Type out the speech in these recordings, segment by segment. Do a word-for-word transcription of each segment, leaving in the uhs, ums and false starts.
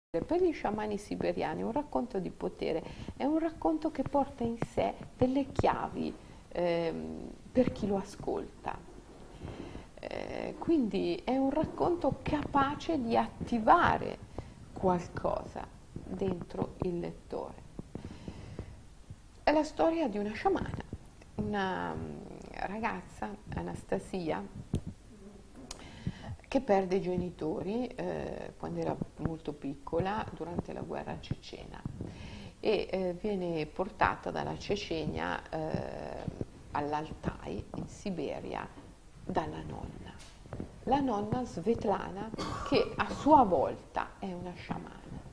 Per gli sciamani siberiani un racconto di potere è un racconto che porta in sé delle chiavi ehm, per chi lo ascolta. Eh, quindi è un racconto capace di attivare qualcosa dentro il lettore. È la storia di una sciamana, una ragazza, Anastasia, che perde i genitori eh, quando era molto piccola durante la guerra cecena e eh, viene portata dalla Cecenia eh, all'Altai in Siberia dalla nonna. La nonna Svetlana, che a sua volta è una sciamana.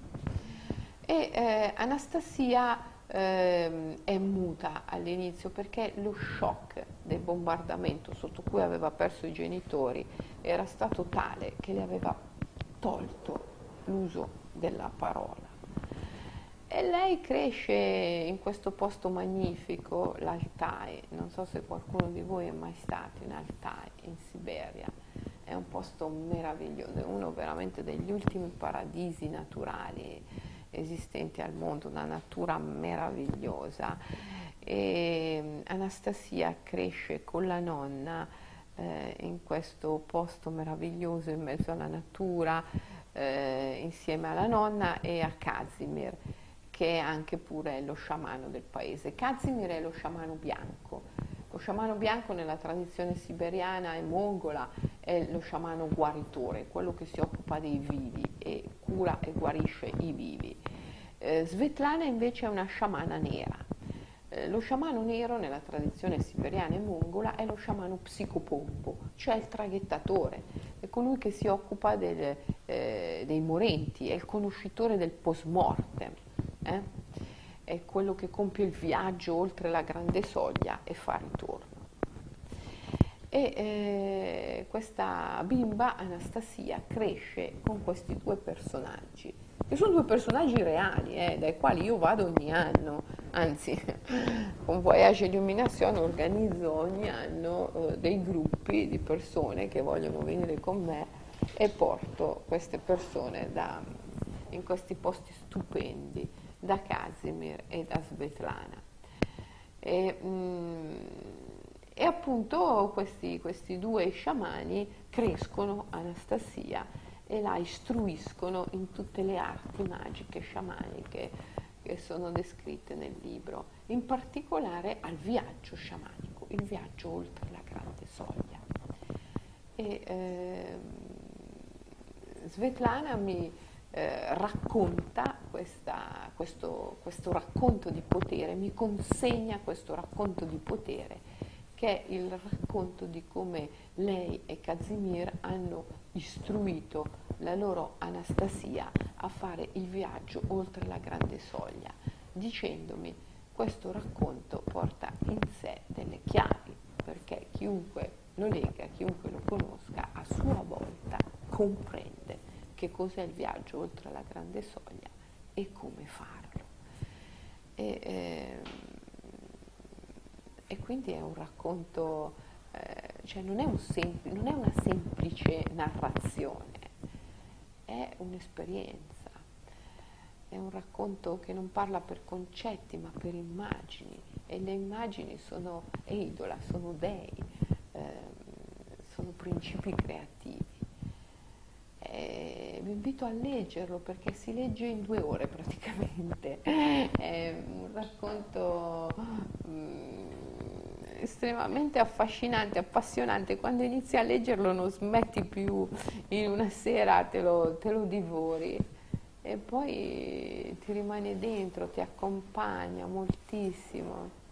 E eh, Anastasia eh, è muta all'inizio perché lo shock del bombardamento sotto cui aveva perso i genitori era stato tale che le aveva tolto l'uso della parola. E lei cresce in questo posto magnifico, l'Altai. Non so se qualcuno di voi è mai stato in Altai, in Siberia. È un posto meraviglioso, è uno veramente degli ultimi paradisi naturali esistenti al mondo, una natura meravigliosa. E Anastasia cresce con la nonna eh, in questo posto meraviglioso in mezzo alla natura, eh, insieme alla nonna e a Kazimir, che è anche pure lo sciamano del paese. Kazimir è lo sciamano bianco. Lo sciamano bianco nella tradizione siberiana e mongola è lo sciamano guaritore, quello che si occupa dei vivi e cura e guarisce i vivi. Eh, Svetlana invece è una sciamana nera. Eh, lo sciamano nero nella tradizione siberiana e mongola è lo sciamano psicopompo, cioè il traghettatore, è colui che si occupa del, eh, dei morenti, è il conoscitore del post-mortem. Eh? È quello che compie il viaggio oltre la grande soglia e fa ritorno. E eh, questa bimba, Anastasia, cresce con questi due personaggi, che sono due personaggi reali, eh, dai quali io vado ogni anno, anzi, con Voyage Illumination organizzo ogni anno eh, dei gruppi di persone che vogliono venire con me e porto queste persone da, in questi posti stupendi, da Kazimir e da Svetlana. E, mh, e appunto questi, questi due sciamani crescono Anastasia e la istruiscono in tutte le arti magiche sciamaniche che sono descritte nel libro, in particolare al viaggio sciamanico, il viaggio oltre la grande soglia. E, eh, Svetlana mi Eh, racconta questa, questo, questo racconto di potere, mi consegna questo racconto di potere, che è il racconto di come lei e Kazimir hanno istruito la loro Anastasia a fare il viaggio oltre la grande soglia, dicendomi: questo racconto porta in sé delle chiavi, perché chiunque lo legga, chiunque lo conosca, a sua volta comprende che cos'è il viaggio oltre la grande soglia e come farlo. E, eh, e quindi è un racconto, eh, cioè non è, un sempl- non è una semplice narrazione, è un'esperienza, è un racconto che non parla per concetti ma per immagini, e le immagini sono eidola, sono dei, eh, sono principi creativi. Eh, vi invito a leggerlo perché si legge in due ore praticamente, è un racconto mm, estremamente affascinante, appassionante. Quando inizi a leggerlo non smetti più, in una sera te lo, te lo divori e poi ti rimane dentro, ti accompagna moltissimo.